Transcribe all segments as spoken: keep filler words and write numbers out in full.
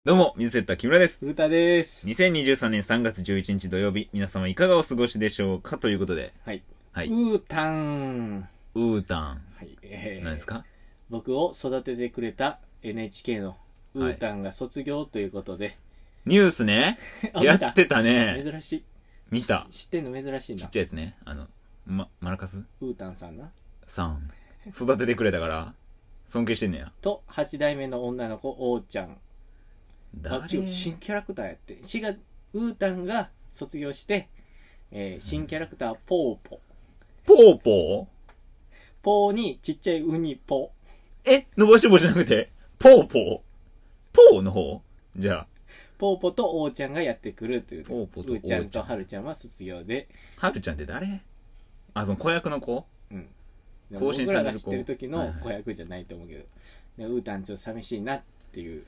どうも、水セッター木村です。 うーたです。 にせんにじゅうさんねんさんがつじゅういちにち土曜日、皆様いかがお過ごしでしょうかということで。 はい。 はい。 うーたん。 うーたん。 はい。えー、 何ですか？ 僕を育ててくれた エヌエイチケー のうーたんが卒業ということで。はい、 ニュースね。やってたね。 珍しい。 見た。 知ってんの珍しいな。 ちっちゃいやつね。あの、ま、マラカスうーたんさんな。 さん。育ててくれたから、尊敬してんねや。 と、はち代目の女の子、おーちゃん。 誰？ あ、違う、新キャラクターやって。しが、うーたんが卒業して、えー、新キャラクター、ポーポ。 ポーポーポーにちっちゃいウニポ。 え伸ばし棒じゃなくて、ポーポーポーの方じゃあ。 ポーポとおーちゃんがやってくるという。 ポーポとおーちゃん。 うーちゃんとはるちゃんは卒業で。 はるちゃんって誰？あ、その子役の子？ うん。 更新される子。 僕らが知ってる時の子役じゃないと思うけど、はいはい、うーたんちょっと寂しいなっていう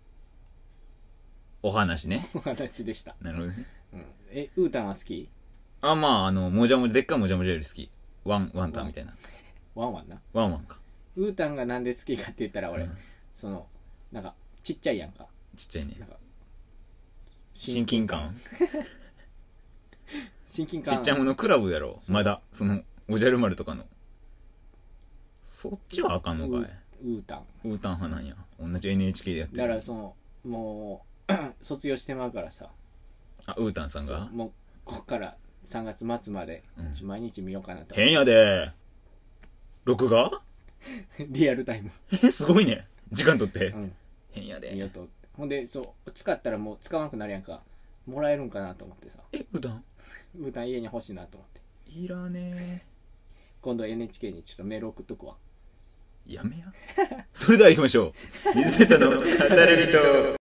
お話ね。 お話でした。 なるほどね。 うん、え、うーたんは好き？ あ、まあ、あの、もじゃもじゃ、でっかいもじゃもじゃより好き。ワン、ワンタンみたいな。 ワンワンな。 ワンワンか。 うーたんがなんで好きかって言ったら俺、うん、その、なんか、ちっちゃいやんか。 ちっちゃいね。 なんか親近感親近感。 ちっちゃいものクラブやろ。まだ、その、おじゃる丸とかの。そっちはあかんのかい。 うーたん。 うーたん派なんや。同じ エヌエイチケー でやってる。 だからその、もう、卒業してまうからさ。 あ、うーたんさんがもう、こっからさんがつ末まで、うん、毎日見ようかなと。 変やで。録画リアルタイム。 え、すごいね。時間とって。うん。変やで。 見ようと。ほんで、そう、使ったらもう使わなくなるやんか。もらえるんかなと思ってさ。 え、うーたんうーたん家に欲しいなと思って。 いらねえ。 今度 エヌエイチケー にちょっとメール送っとくわ。 やめや。それでは行きましょう。水セッタの語れ人。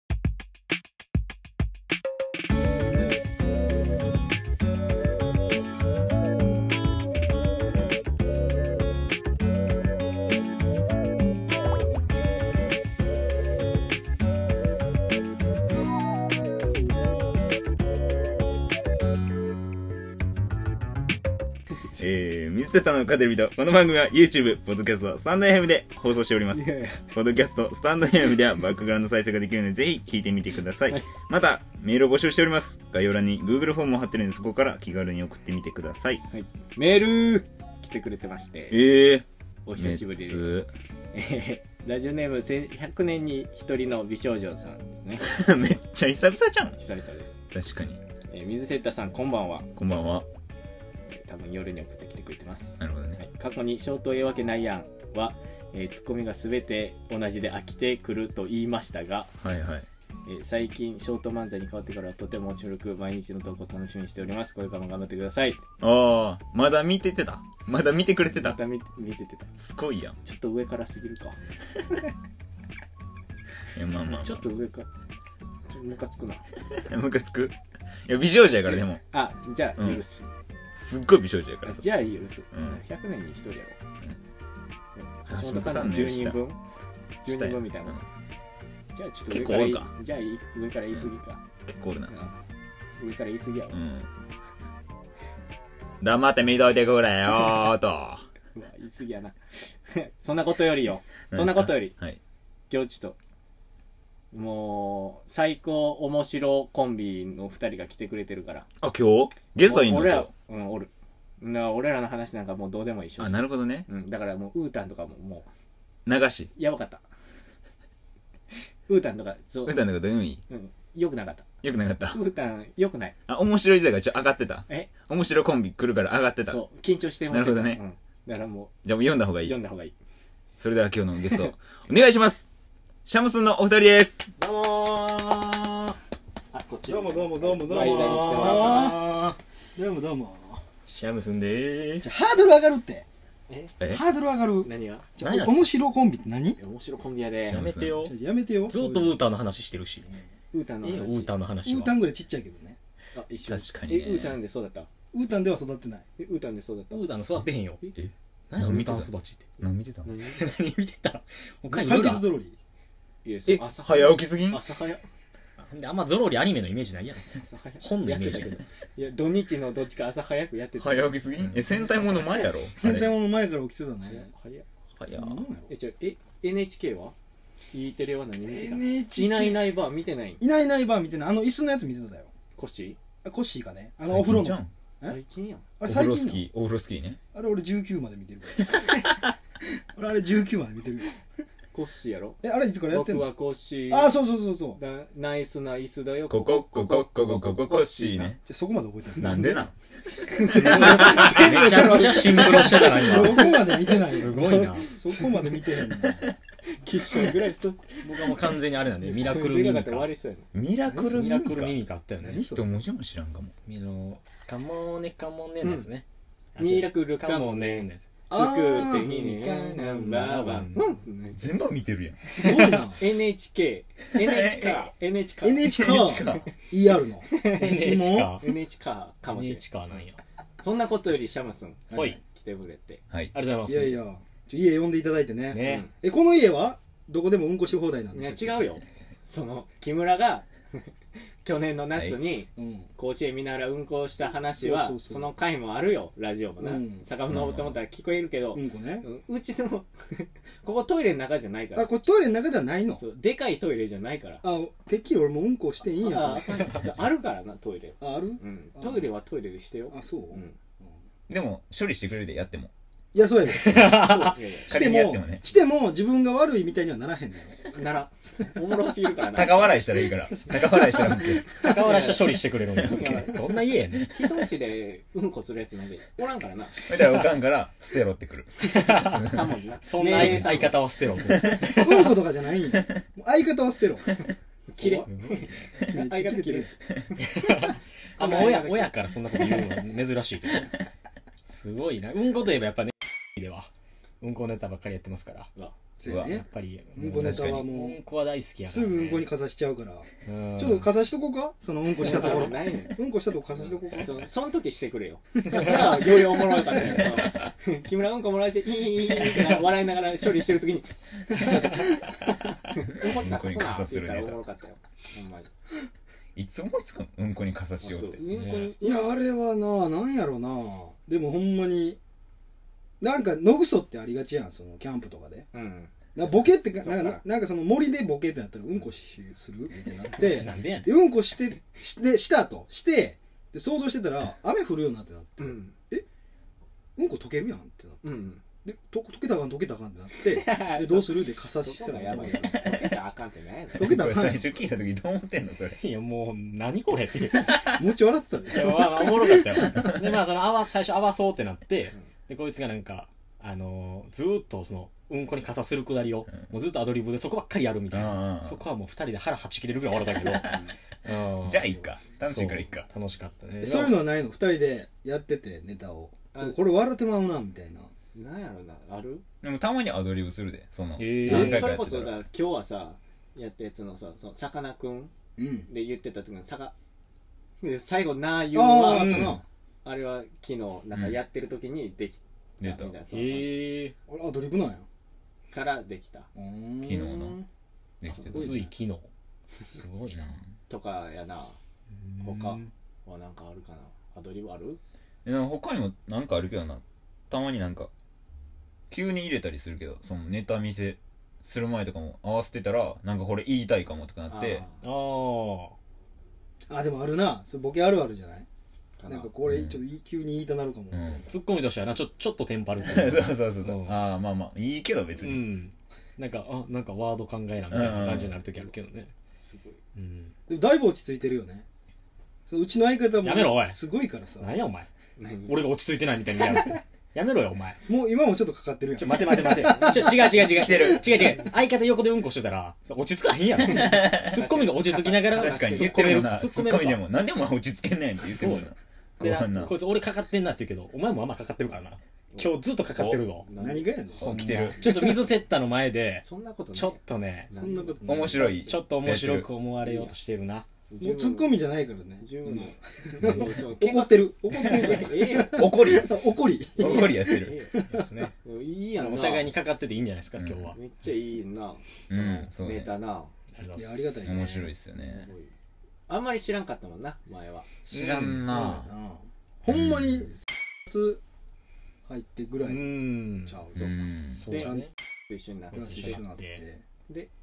えー、水セッタの語る人。この番組は YouTube、ポッドキャスト、スタンド エフエム で放送しております。ポッドキャスト、スタンド エフエム ではバックグラウンド再生ができるので、ぜひ聞いてみてください。はい、また、メールを募集しております。概要欄に Google フォームを貼ってるので、そこから気軽に送ってみてください。 はい、メール来てくれてまして。 えー、 お久しぶりです。えー、ラジオネームひゃくねんにひとりの美少女さんですね。 めっちゃ久々じゃん。 久々です。 確かに。 えー、水セッタさん、こんばんは。 こんばんは。 多分夜に送ってきてくれてます。 なるほどね。 はい、過去にショートええわけないやんは、えー、ツッコミが全て同じで飽きてくると言いましたが、 はいはい。 えー、最近ショート漫才に変わってからはとても面白く毎日の投稿楽しみにしております。これからも頑張ってください。 ああ、まだ見ててた。まだ見てくれてた。 また見て、見ててた。 すごいやん。 ちょっと上からすぎるか。 いやまあまあ、まあ、 ちょっと上か。ちょっとムカつくな。 ムカつく。いや美少女やからでも。 あ、じゃあ許す。うんすっごい美少女やからさ。 じゃあ許す、 うん、 ひゃくねんにひとりやろ、 うん、 橋本環奈じゅうにんぶんじゅうにんぶんみたいな、うん、じゃあちょっと上からいいじゃあ上から言い過ぎか、 うん、結構おるな、 うん、上から言い過ぎやろ、うん、 黙って見といてくれよーとうわ言い過ぎやなそんなことよりよそんなことより、はい、今日ちょっともう最高面白コンビのふたりが来てくれてるから。 あ、今日ゲストいんの？ 俺ら、うん、おる。だから俺らの話なんかもうどうでもいいし。 あ、なるほどね。 うん、だからもうウータンとかももう流しやばかった。ウータンとかそう。ウータンとかどうでもいい？ うん、よくなかった。 よくなかった。 ウータンよくない。 あ、面白い時がちょっと上がってた。 え？ 面白コンビ来るから上がってた。 そう、緊張してもなるほどね。 うん。だからもうじゃあもう読んだ方がいい。 読んだ方がいい。 それでは今日のゲストお願いします。シャムスンのお二人です。 どうもー。あ、こっち。 どうもどうもどうもどうも。 間に来てもらった。 どうもどうも。 シャムスンでーす。 ハードル上がるって。 え？ ハードル上がる。 何が？ 面白コンビって何？ 面白コンビやで。 やめてよ。 やめてよ。 ずっとウータンの話してるし。 ウータンの話。 ウータンの話は。 ウータンぐらいちっちゃいけどね。 あ、一緒。 確かにね。 え、ウータンでそうだった？ ウータンでは育ってない。 え、ウータンでそうだった？ ウータンの育ってへんよ。 え？ 何ウータン育ちって。 何見てたの？ 何見てた？ 解決ゾロリ。 え、早起きすぎん？ 朝早。 であんまゾロリアニメのイメージないやろ。本のイメージだけど。いや、土日のどっちか朝早くやってた。 早起きすぎん？え、戦隊もの前やろ？ 戦隊もの前から起きてたね。 早っ。 早っ。 え、じゃえ、エヌエイチケー は？ E テレは何見てた？ エヌエイチケーいないいないばー見てない。 いないいないばー見てない。あの椅子のやつ見てたよ。 コッシあコッシーかね。あのお風呂の。 ー最近やん。 あれお風呂最近のスキーお風呂スキーね。 あれ俺じゅうきゅうまで見てるから俺あれじゅうきゅうまで見てるよ。 コッシーやろ。 えあれいつからやってんの？ 僕はコッシー。 ああそうそうそうそう。 だナイスな椅子だよ。 ここここここここコッシーね。 じゃあそこまで覚えてる。 なんでなん？ めちゃくちゃシンクロしてたな、 そ今。 こまで見てないよ。 すごいな。 そこまで見てないんだ。 キッシュぐらいそう。 僕はもう完全にあれなんで、ミラクルミミカ出なかったら終。わりそうやミラクルミラクルミミカあったよね。 何それ一文字も知らんかも。 あの、カモーネカモーネのやつね。 ミラクルカモーネのやつ。 作ってみにかナンバーワン。うん。 全部見てるやん。 すごいな。 エヌエイチケー。エヌエイチケー。エヌエイチケー。 エヌエイチケー。イーアール の。 エヌエイチカエヌエイチケー かもしれエヌエイん。 チカなんや。 そんなことよりシャムスンほい。 来てくれて。 はい。 ありがとうございます。 いやいや、ちょ家呼んでいただいてね。 ね。 え、この家はどこでもうんこし放題なんいやですよ。 違うよ。その木村が去年の夏にうん。 甲子園見ながら運行した話はそうそうそうその回もあるよ、ラジオもな、 うん坂本登って思ったら聞こえるけど、 うんこね。 うんうちのここトイレの中じゃないから、 あ、これトイレの中ではないの？ そうでかいトイレじゃないから、 あ、てっきり俺もうんこしていいんやとあ思って。 あそうあるからなトイレ、 あ、ある？ うん、トイレはトイレでしてよ、 あ、そう？ うん、 でも、処理してくれるで、やっても。 いや、そうやで。 いやいやして仮にやっもてもね、 しても自分が悪いみたいにはならへんのよ。 ならおもろすぎるからな高笑いしたらいいから。高笑いしたら OK。 高原した処理してくれるんだ。どんな家やねん。 人んちでうんこするやつなんでおらんからなそれではおかんから、捨てろってくる。 さん文字なそんな相相方を捨てろ。 うんことかじゃないんや。もう相方を捨てろ。 きれいめっちゃ相方きれいあ、もう親、親からそんなこと言うのは珍しいけど。すごいな。うんこといえばやっぱね、では。うんこネタばっかりやってますから。 そうやねやっ。ぱり。 うんこネタはうもんこは大好きう、 やから、ね。 すぐうんこにかざしちゃうから。 うん。 ちょっとかざしとこうかそのうんこしたところ。 ないねんうんこしたとこかざしとこうか。 そのその時してくれよ。じゃあ、よりおもろいかったね。木村うんこもらいして、いいいいいいってな笑いながら処理してる時に、うんこにかさすなって言ったらおもろかったよ。ほんまに。 いつ思いつくのうんこにかさしようって。 そううんこにいや、あれはな、なんやろな。でもほんまに、なんか、野ぐそってありがちやん、その、キャンプとかで。 うん。 なんかボケってか、 そうかなんか、なんかその森でボケってなったら、うんこしするみたいになって、 なんでやねん。 でうんこして、して、したと。して、で、想像してたら、雨降るようになってなって、 うん。 うんこ溶けるやんってなって。 うん。 で、と溶けたらあかん、溶けたらあかんってなって、で、どうするで、かさそしたらこがやばいよ。溶けたらあかんってね。 溶けたらあかん最初聞いた時どう思ってんのそれ。 いや、もう、何これって。いもうちょい笑ってたで。 や、まあ、おもろかったよ。で、まあ、その、あわ、最初合わそうってなって、で、こいつがなんか、あのー、ずーっとその、うんこにかさするくだりを、もうずっとアドリブでそこばっかりやるみたいな。そこはもう二人で腹はち切れるぐらい笑ったけど。うんじゃあいいか。楽しいからいいか。 そう楽しかったね。 そういうのはないの二人でやってて、ネタを。 あこれ笑ってまうな、みたいな。 なんやろな、あるでもたまにアドリブするで。その、 へー何回それこかやってたら。 そだ今日はさ、やったやつのさ、そのさかなクンうん。 で言ってた時のさか、で最後なー言うああ、 のは、 あったな。 あれは昨日なんかやってる時にできた出たみたいな、そのへえ俺、アドリブなんや。 からできた昨昨日のできてた。 つい昨日。すごいな。 とかやな。他はなんかあるかな、アドリブある？ でも他にもなんかあるけどな。たまになんか、急に入れたりするけど、そのネタ見せする前とかも合わせてたら、なんかこれ言いたいかもとかなって、 あああ。 あ、でもあるな。それボケあるあるじゃないーかなんかこれ、ちょっと急に言いたなるかも。 うん。 ツッコミとしてはな、ちょ、ちょっとテンパる。 そうそうそうそう。 うんああ、まあまあ、いいけど別に。 うん。なんか、あ、なんかワード考えなみたいな感じになるときあるけどね。 すごい。 うん。 でもだいぶ落ち着いてるよね。そううちの相方もやめろおいすごいからさ。 何やお前。 何俺が落ち着いてないみたいにやるって。やめろよお前。 もう今もちょっとかかってるやん。 ちょ、待て待て待て。ちょ、違う違う違う。来てる。違う違う。相方横でうんこしてたら、落ち着かへんやろ。ツッコミが落ち着きながら、 確かに突っ込める。 言ってるもんな。 突っ込めるか。 ツッコミでも、なんでお前落ち着けんねんって言ってるもんな。 で後半ななこいつ俺かかってんなって言うけど、お前もあんまかかってるからな。今日ずっとかかってるぞ。 何がやねん。 ほん来てる。 ちょっと水セッターの前で、 そんなことない。 ちょっとね、 そんなことない。 面白い。 ちょっと面白く思われようとしてるな。 もうツッコミじゃないからね。 十分の。 怒ってる。怒ってるから。 ええよ。 怒り。 怒り。 怒りやってる。 えですね。 えよ。いいやんな。 お互いにかかってていいんじゃないですか、今日は。 めっちゃいいな。そうんのそうねネタな。 ありがとうございます。 いやありがたいね面白いですよね。 あんまり知らんかったもんな、前は。 知らんなほんまに、つ入ってぐらういん。 ちゃうぞ。 うん。 そうだね。 と一緒になってクラス一緒になって。 で、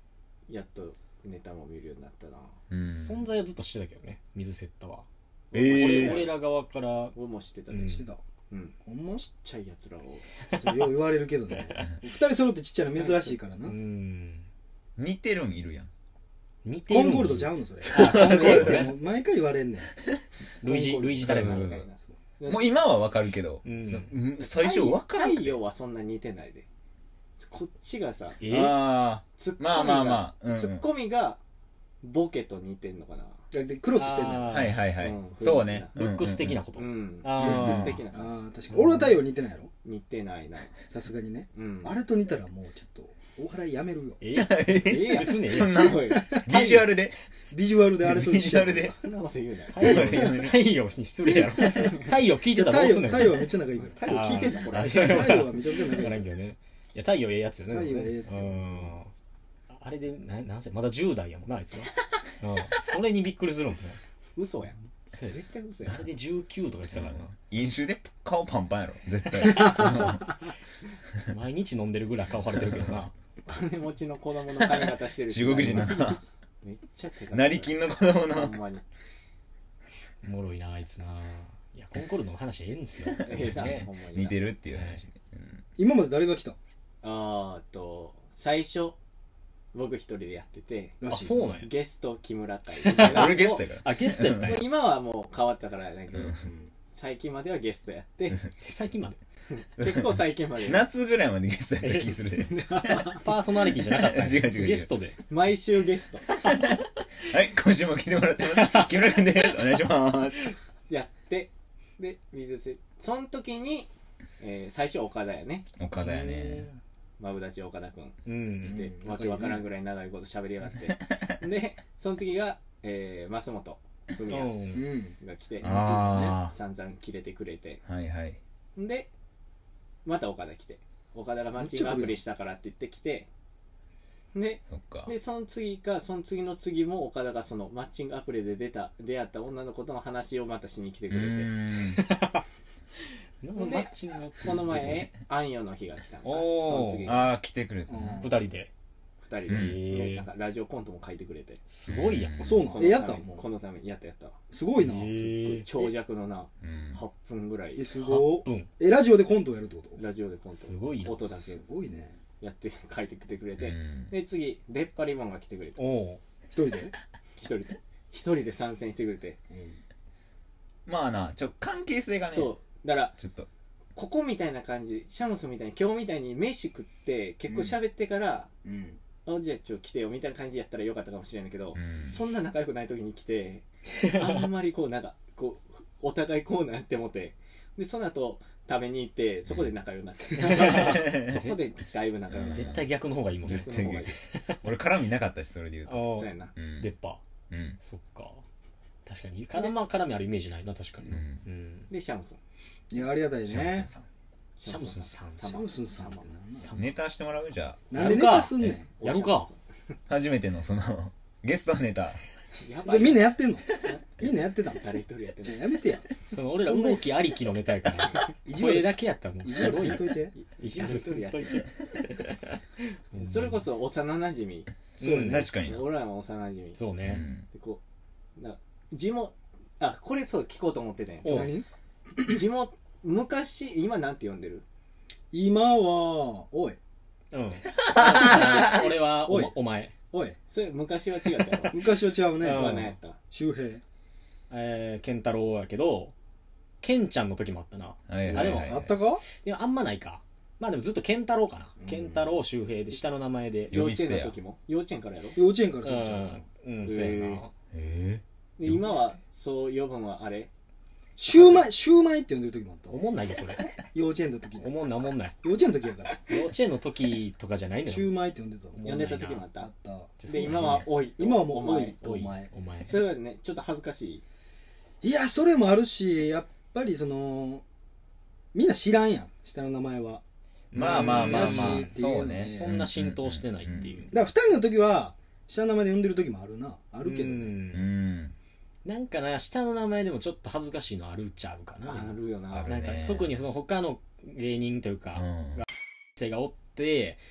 やっとネタも見るようになったな。 うん存在はずっとしてたけどね、水セッタは。 えー俺俺ら側から俺も知ってたね。 うんしてたうん。 ほんまちっちゃいやつらを。 それよう言われるけどね二人揃ってちっちゃいの珍しいからうなん似てるんいるやん。 似てるコンゴールドちゃうのそれあコンゴールドねもう毎回言われんねん類似類似タレントうんもう今はわかるけど、 うんそうん最初わからんくて。 太陽はそんな似てないで。こっちがさ、 えあツッコミまあまあがまあうんうんツッコミがボケと似てんのかな。 でクロスしてんねんああ、はいはいはい。 うんそうね。 ルックス的なここと、 うん。ルあーックス的なあ感あ確かに俺は太陽似てないやろじ。似てないな。 さすがにねうん。 あれと似たらもうちょっとお祓いやめるよえええやん。 別にええそんなおいビジュアルで。 ビジュアルであれと一緒ビジュアルでそんなこと言うなよ。 太陽太陽に失礼やろ太陽聞いてたらどうすんねん太陽太陽はめっちゃ仲いいか太陽聞いてんだこれ。 あら太陽はめちゃくちゃ仲分からいいんけどね。いや太陽ええやつよね。 太陽ええやつようんあれでな何歳まだじゅう代やもんなあいつは。うんそれにびっくりするもんね。 嘘やん。 そうやで絶対嘘やん。 あれでじゅうきゅうとか言ってたからな。 飲酒で顔パンパンやろ、絶対。その毎日飲んでるぐらい顔腫れてるけどな。 金持ちの子供の髪型してるし。 中国人のめっちゃ手が。 成金の子供ほのんまに。 おもろいなあいつな。いやコンコルドの話ええんですよ。 ええさねほんまに。 似てるっていう話。 今まで誰が来たあーっと、最初、僕一人でやってて、 らしいあそうなんや。 ゲスト木村会。 俺ゲストやから。 あゲストやったんや。 今はもう変わったからだけど、 うん最近まではゲストやって、 最近まで結構最近まで夏ぐらいまでゲストやった気するで。 パーソナリティじゃなかったんや。 違う違う違うゲストで。 毎週ゲストはい、今週も来てもらってます。木村くんです。お願いします。 やって、で、水瀬、その時に、えー最初岡田やね。 岡田やね。 マブダチ岡田くん。 うん。 で、 うんわけわからんぐらい長いこと喋りやがって。で、その次が、えー、増本文う也うんんが来て、 あ散々キレてくれて。 はいはい。 で、また岡田来て。岡田がマッチングアプリしたからって言ってきて、で、 そっか。 で、その次か、その次の次も岡田がそのマッチングアプリで出た、出会った女の子との話をまたしに来てうくれて、 ーん。 なんそのマッチングアプリこの前、アンヨの日が来たのか。 おーその次、 ああ、来てくれたな。 うん二人で。 二人で、 うんねなんかラジオコントも書いてくれて、 すごいやん。 うんそうなこのんえやったためにもうこのためにやったやったわ。 すごいなへー長尺のな、 うんはっぷんぐらいえ、すはごっぷん。 えラジオでコントをやるってことラジオでコント、 すごいな。 音だけすごいねやって書いてきてくれて、 うんで、次、出っ張りボンが来てくれて、 おお一人で一人で、一人で参戦してくれて、 まあな、ちょ、関係性がね、 そう、だから、 ちょっと、 ここみたいな感じ、シャムスみたいに、今日みたいに飯食って、結構喋ってから、 うんあ、じゃあちょ、来てよみたいな感じやったらよかったかもしれないけど、 うんそんな仲良くない時に来て、あんまりこう、なんか、こう、お互いこうなって思って、で、その後、食べに行って、そこで仲良くなって、そこでだいぶ仲良くなって、 絶対逆の方がいいもんね。 絶対逆俺絡みなかったし、それで言うと。 おーそうやな。 うん出っ歯。 うん。 そっか。確かに。絡ま絡みあるイメージないな、確かに。 うんうん。 で、シャムスン。 いやありがたいシャムスンねさん。 シャムスンさんシャムスンさんってなんなんネタしてもらうじゃなんでネタすんねんやるか。 あ。初めてのその、ゲストネタ。 やばい。 それみんなやってんのみんなやってたの誰一人やってない。 やめてやその俺ら動きありきのネタやから。声だけやったらもう意地悪すごいせんといて意地悪すんといて。 それこそ幼馴染み。 そううん確かにな。 俺らも幼馴染み。 うそうね。 んでこうな地元あこれそう聞こうと思ってたんやお何地元昔今なんて呼んでる今はおいうん。俺はおおいまお前。 おいそれ昔は違ったやろ昔は違うねうん今何やった周平えー、ケンタロウやけど、ケンちゃんの時もあったな。 はいはいはい。 あったかいや、あんまないか。まあでもずっとケンタロウかな。 うんケンタロウ周平で下の名前で。 幼稚呼び捨てや園の時も幼稚園からやろ幼稚園からうそうちゃうかん。うん、そうやな。 えで今はそう呼ぶのはあれシューマイシューマイって呼んでる時もあったおもんないで、それ。 幼稚園の時におもんないおもんない。 幼稚園の時やから幼稚園の時とかじゃないのよ。 シューマイって呼んでたもう呼んでた時もあったあったで今はおいと今はもうお前おいとお前お前。 それはねちょっと恥ずかしいいやそれもあるしやっぱりそのみんな知らんやん下の名前はまあまあまあまあらしいっていうそうねそんな浸透してないっていう。 だからふたりの時は下の名前で呼んでる時もあるなあるけどうねうんんなんかな、下の名前でもちょっと恥ずかしいのあるっちゃあるかあな。 るよなあるなんか特にその他の芸人というか、 うん生がおって、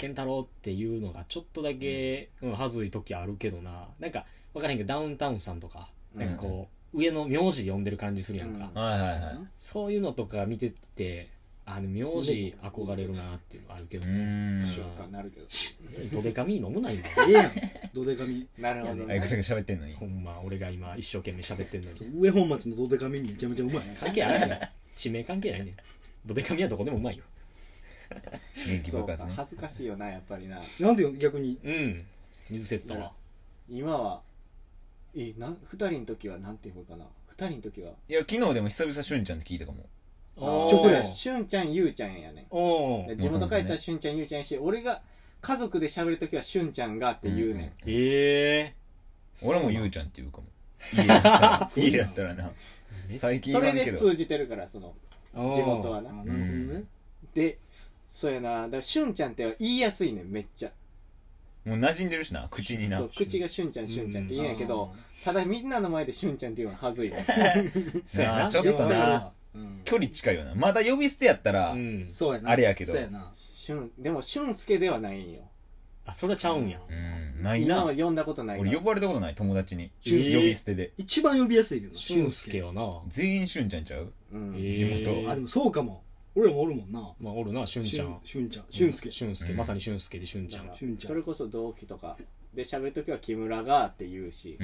健太郎っていうのがちょっとだけ、うん、はずい時あるけどな。なんか分からへんけどダウンタウンさんとかなんかこう、うん、上の名字で呼んでる感じするやんか、 うん、はいはいはい、 そういうのとか見ててあの名字憧れるなっていうのあるけどね。しようかなるけど。 ドデカミ飲むな今。 ええやん。ドデカミ。 なるほど、 ね。あいつが喋ってんのに。 ほんま俺が今一生懸命喋ってんのに。 上本町のドデカミめちゃめちゃうまい。 関係あるね。地名関係ないね。ドデカミはどこでもうまいよ。 元気爆発ね。 恥ずかしいよなやっぱりな。 なんでよ逆に。 うん。水セットは。 今はえなん二人の時はなんていうのかな。二人の時は。 いや昨日でも久々しゅんちゃんって聞いたかも。 直でしゅんちゃんゆうちゃんやねん。地元帰ったらしゅんちゃんゆうちゃんやし、俺が家族で喋るときはしゅんちゃんがって言うねん。うん、 ええー、俺もゆうちゃんって言うかも。家やったら家やったらな。最近それで通じてるからその地元はな。なるほどね。 で、そうやな。だからしゅんちゃんって言いやすいねんめっちゃ。 もう馴染んでるしな口にな。 そう口がしゅんちゃんしゅんちゃんって言うんやけど、ただみんなの前でしゅんちゃんって言うのはずいね。 そうやな。ちょっとな。うん、距離近いよな。まだ呼び捨てやったら、うん、あれやけど。 そうやな。 しゅんでも俊介ではないんよ。 あ、それはちゃうんや。 うん、ないな。 今は呼んだことない。 俺呼ばれたことない友達に。えー、呼び捨てで。 一番呼びやすいけど。 俊介はな。 全員俊ちゃんちゃう？ うん、 地元。 あでもそうかも。俺らもおるもんな。 まあおるな俊ちゃん。 俊ちゃん。俊介。 俊介、まさに俊介で俊ちゃん。 それこそ同期とかで喋るときは木村がって言うし。 うん。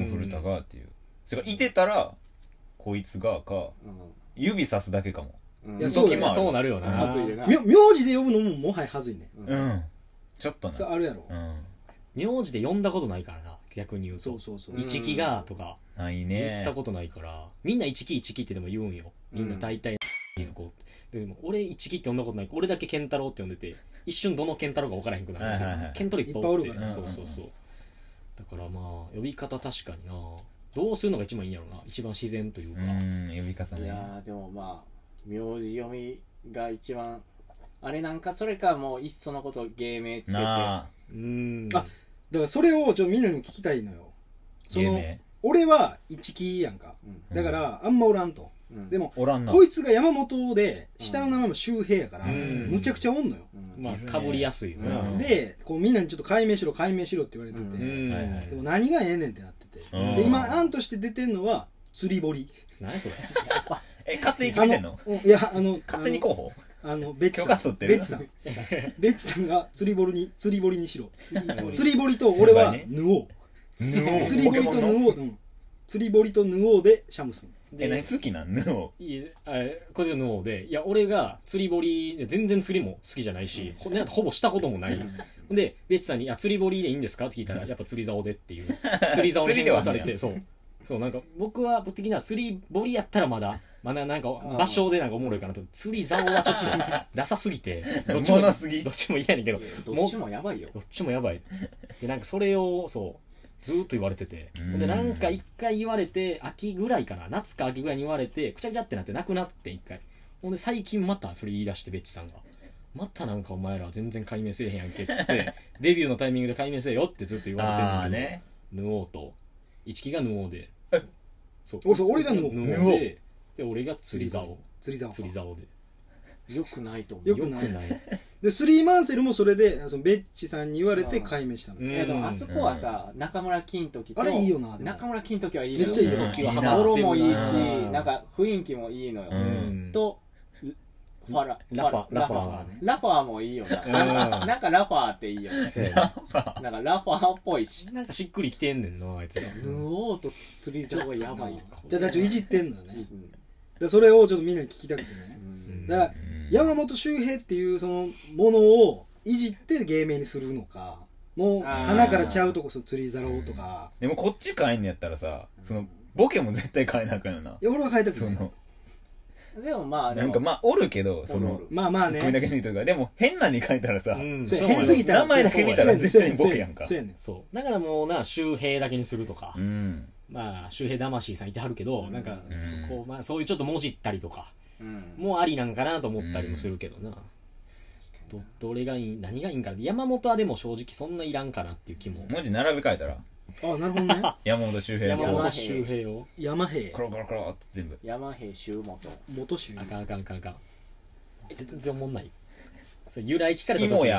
古田がっていう。それがいてたらこいつがか。指さすだけかも。 いやそうなそうなるよな。 はずいでな。 名字で呼ぶのももはやはずいね。 うん。ちょっとな。 そうあるやろ。 名字で呼んだことないからな。逆に言うと。 そうそうそう。 一木がとかないね。 言ったことないから。みんな一木一木ってでも言うんよ。みんな大体の子。でも俺一木って呼んだことない。俺だけ健太郎って呼んでて、一瞬どの健太郎か分からへんくなる。健太郎いっぱいおるから。そうそうそう。だからまあ呼び方確かにな。どうするのが一番いいんやろな。一番自然というか。 うん、呼び方ね。 いやでもまあ名字読みが一番あれなんか、それかもういっそのこと芸名つけて。 あうんあだからそれをちょっとみんなに聞きたいのよ。その芸名俺は一木やんか、うん、だからあんまおらんと、うん、でもおらんな。 こいつが山本で下の名前も周平やから、うん、むちゃくちゃおんのよ、 うん、まあかぶりやすいよな、 うん、でこうみんなにちょっと解明しろ解明しろって言われてて、うん、でも何がええねんってなってて、うん、で今案として出てんのは釣り堀。 何それえ勝手に決めてんの？ いやあの勝手に候補あのベッチさんベッチさんベッチさんが釣り堀に釣り堀にしろ。釣り堀と俺はヌオー釣り堀とヌオー釣り堀とヌオーでシャムスン。 え何好きなんヌオー？いやこっちがヌオーで、いや俺が釣り堀全然釣りも好きじゃないし、ほ, ほぼしたこともないでベッチさんに「いや釣り堀でいいんですか?」って聞いたら「やっぱ釣り竿で」っていう釣り竿に変更されてそうそうなんか僕は僕的には釣り堀やったらまだまだなんか場所でなんかおもろいかなと。釣り竿はちょっとダサすぎてどっちもどっちも嫌やねんけど、 どっちもやばいよ。 どっちもやばいでなんかそれをそうずーっと言われてて、でなんか一回言われて秋ぐらいかな夏か秋ぐらいに言われてくちゃくちゃってなってなくなって一回。ほんで最近またそれ言い出してベッチさんがまたなんかお前ら全然解明せえへんやんけっつってデビューのタイミングで解明せえよってずっと言われてるんだけど、ね、ヌオーと一木がヌオーでそうそう俺がヌオーでで俺が釣り竿釣り竿釣り竿でよくないと思う。 よくないでスリーマンセルもそれでそのベッチさんに言われて解明したの。 いやでもあそこはさ、中村金時とあれいいよな。 中村金時はいいめっちゃいいよ。 時はハマロもいいし、なんか雰囲気もいいのよ。とファララファラファーラファーもいいよな。なんかラファーっていいよ。なんかラファーっぽいし、 なんかしっくりきてんねんなあいつ。 ヌオーと釣り竿がやばいよ。 じゃあちょっといじってんのよね。でそれをちょっとみんなに聞きたくてね。だから山本周平っていうそのものをいじって芸名にするのか、もう鼻からちゃうとこそ釣り竿とか。 でもこっち変えんのやったらさ、そのボケも絶対変えなあかんよな。 いや俺は変えたくない。 でもまあなんかまあおるけど、そのまあまあねツッコミだけにというか、でも変なに書いたらさ、 変すぎたら名前だけ見たら絶対にボケやんか。 そうだからもうな周平だけにするとか、まあ周平魂さんいてはるけど、なんかこうまあそういうちょっともじったりとかもうありなんかなと思ったりもするけどな。どどれがいい何がいいんかな。山本はでも正直そんないらんかなっていう気も。 文字並べ替えたら。 あなるほどね。 山本周平山本周平を山平コロコロコロって全部山平周本元周あかんあかんあかんあかん全然おもんない。それ由来聞かれた時芋や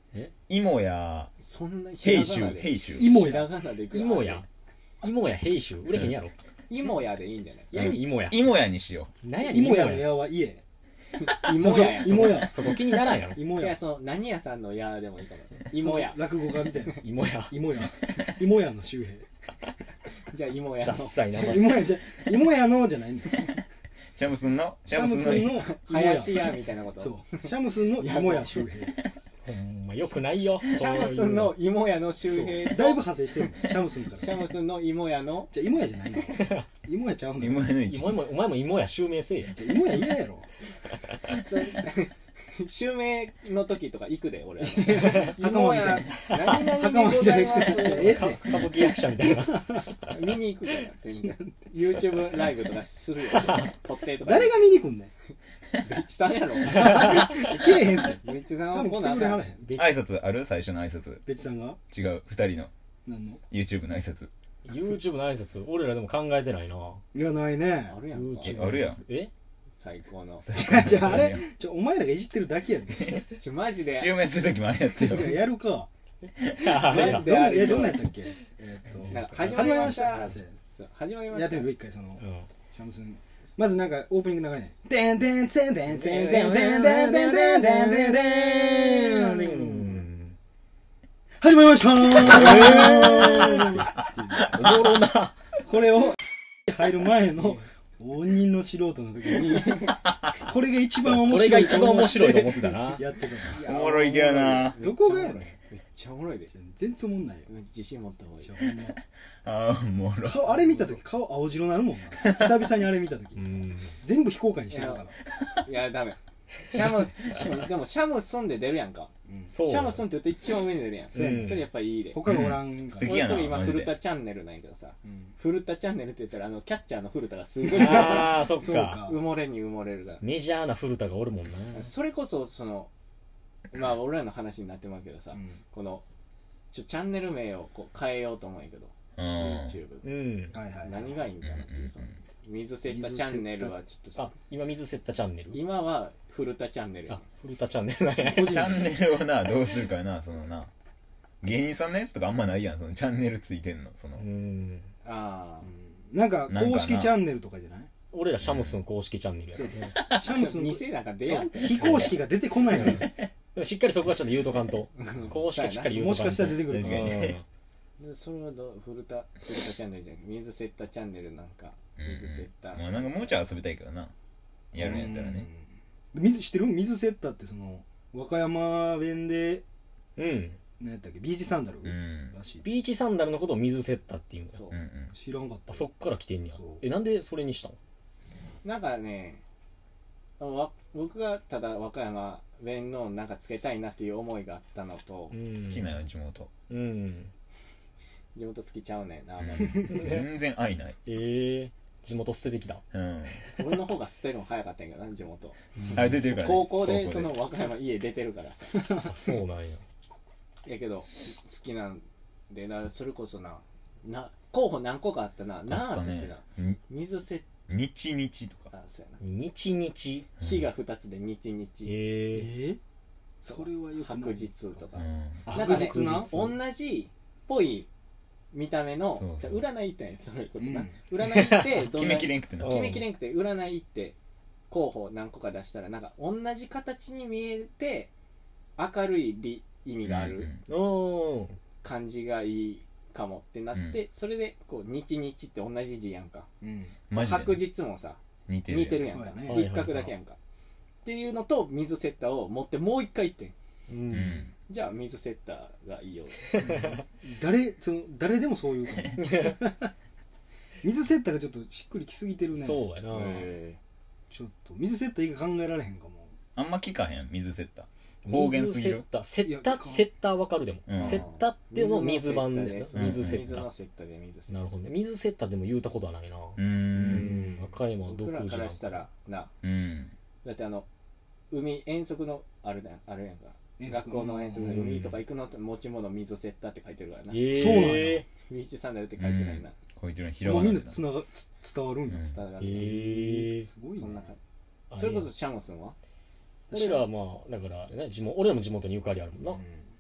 え芋やそんな平州平州芋ひらやがなでいく芋や芋や平州売れへんやろ。 芋やでいいんじゃない？ いや芋や。 芋やにしよ何や芋やのやは家芋やや芋やそこ気にならんやろ。 芋やいやその何屋さんのやでもいいかもしれない。芋や落語家みたいな芋や。 芋や芋やの周平じゃあ芋やダのッサい名前。 芋やじゃ芋やのじゃないんだよう。シャムスンのシシャムスンの芋や林家みたいなこと。 そうシャムスンの芋や周平ほんまよくないよ。 シャムスンの芋屋の周平とだいぶ派生してるのシャムスンからシャムスンの芋屋のじゃあ芋やじゃないの芋やちゃうんだよ芋やの一芋もお前も芋や襲名せえや。 じゃあ芋や嫌やろそれ襲名の時とか行くで俺袴芋屋何々でございますええってか歌舞伎役者みたいな。 見に行くから全然 YouTube ライブとかするよ撮ってとか誰が見に来んねんベッチさんやろけえへんってベッチさん多分来は来なあかんてくれはらへん挨拶ある最初の挨拶別さんが違う二人の何の YouTube の挨拶 YouTube の挨拶俺らでも考えてないな。 いやないねあるやんか YouTube あるやんえ最高のじゃああれちょお前らがいじってるだけやねちょマジで襲名する時もあれやってよじゃあやるかあれやマジどんなえどんなんやったっけえーっとなんか始まりました始そう始まりまやってしたみる一回そのうんシャムスンまずなんかオープニング流れないでんでんてんでんてんでんでんでんでんでんでんでんでんでん始まりましたーおもろな。 これを入る前の鬼の素人の時にこれが一番面白いこれが一番面白いと思ってたな。 やってたのおもろいけどなどこがやろめっちゃおもろいで全然おもんないよ自信持った方がいいほんまああおもろ顔あれ見た時顔青白なるもんな久々にあれ見た時うん。 全部非公開にしてるからいやダメシャムスでもシャムスンで出るやんかそう。 シャムスンって言うと一番上に出るやんそうやねそれやっぱりいいで他がおらんから素敵やな俺これ今マジで古田チャンネルなんやけどさうん古田チャンネルって言ったらあのキャッチャーの古田がすごいああ、そっか。 そうか埋もれに埋もれるだメジャーな古田がおるもんな。 それこそそのまあ俺らの話になってますけどさ、 うんこのちょチャンネル名をこう変えようと思うんやけど、 うん YouTube うん。 はいはい何がいいんかなっていうその水セッタチャンネルはちょっとあ、今水セッタチャンネル。 今は古田チャンネルやあね、 古田チャンネルだね。 チャンネルをなどうするかなそのな芸人さんのやつとかあんまないやんそのチャンネルついてんのそのうん。 あなんかなんかな公式チャンネルとかじゃない俺らシャムスン公式チャンネルやそうから。 シャムスン店なんか出やんって非公式が出てこないのよでもしっかりそこはちょっと言うとかんと。公式しっかり言うもしとかんと。 かしたら出てくる確かにうんでそれはどう古田古田チャンネルじゃなくて水セッタチャンネルなんか水セッタ、 まあなんかもうちょい遊びたいけどなやるんやったらねうん水知ってる水セッタってその和歌山弁でうん。 何やったっけビーチサンダルうんらしいビーチサンダルのことを水セッタっていうのよ。 そううんうん知らんかったあ、そっから来てんねやそう。 え、なんでそれにしたの？ なんかねわ僕がただ和歌山弁のなんかつけたいなっていう思いがあったのと、 うん好きなよ地元うん。 地元好きちゃうねんなあんまり全然愛ないええ、地元捨ててきた。 うん俺の方が捨てるの早かったんやけどな地元あ出てるからね高校でその和歌山家出てるからさあ、そうなんや。 やけど好きなんでなそれこそなな候補何個かあったなあなあったって言ってなね水セッ日日とかタそうやな日日。 火がふたつで日々 ええ。 えそれはよくない白日とかうんなんかね白日な同じっぽい見た目のそうそうじゃあ占い行ったんやそれこそな、 うん占い行ってどん決なめきれんくてなうん決めきれんくて占い行って候補何個か出したらなんか同じ形に見えて明るいり意味があるおー。 感じがいいかもってなって、 うそれでこう日々って同じ字やんかうんマジで白日もさ似てる似てるやんか、 そうやね一角だけやんか、っていうのと水セッターを持ってもう一回行ってんう。 うんんじゃあ水セッターがいいよ誰その誰でもそういうかも水セッターがちょっとしっくりきすぎてるねそうやな。 へちょっと水セッター以外考えられへんかもあんま聞かへん水セッター方言すぎる水セッター、セッいやタ、セッターわかるでも。 うんセッタっていうの水版でな。 水の水セッタ水のセッターで水セッターなるほどね。水セッタでも言うたことはないな。 ううんん。和歌山独僕ら自なんからしたらなうんだってあの海遠足のあるねあるやんか遠足学校の遠足で海とか行くのと持ち物水セッターって書いてるからな、 ええ。 そうなんやビーチサンダルって書いてないな、 こういうのも広がるうみんなつながつ伝わるんや、 うんスターがあるええ。 すごいねそんな感じそれこそシャムスンは俺らはまあ、だからね、地元、俺らも地元にゆかりあるもんな。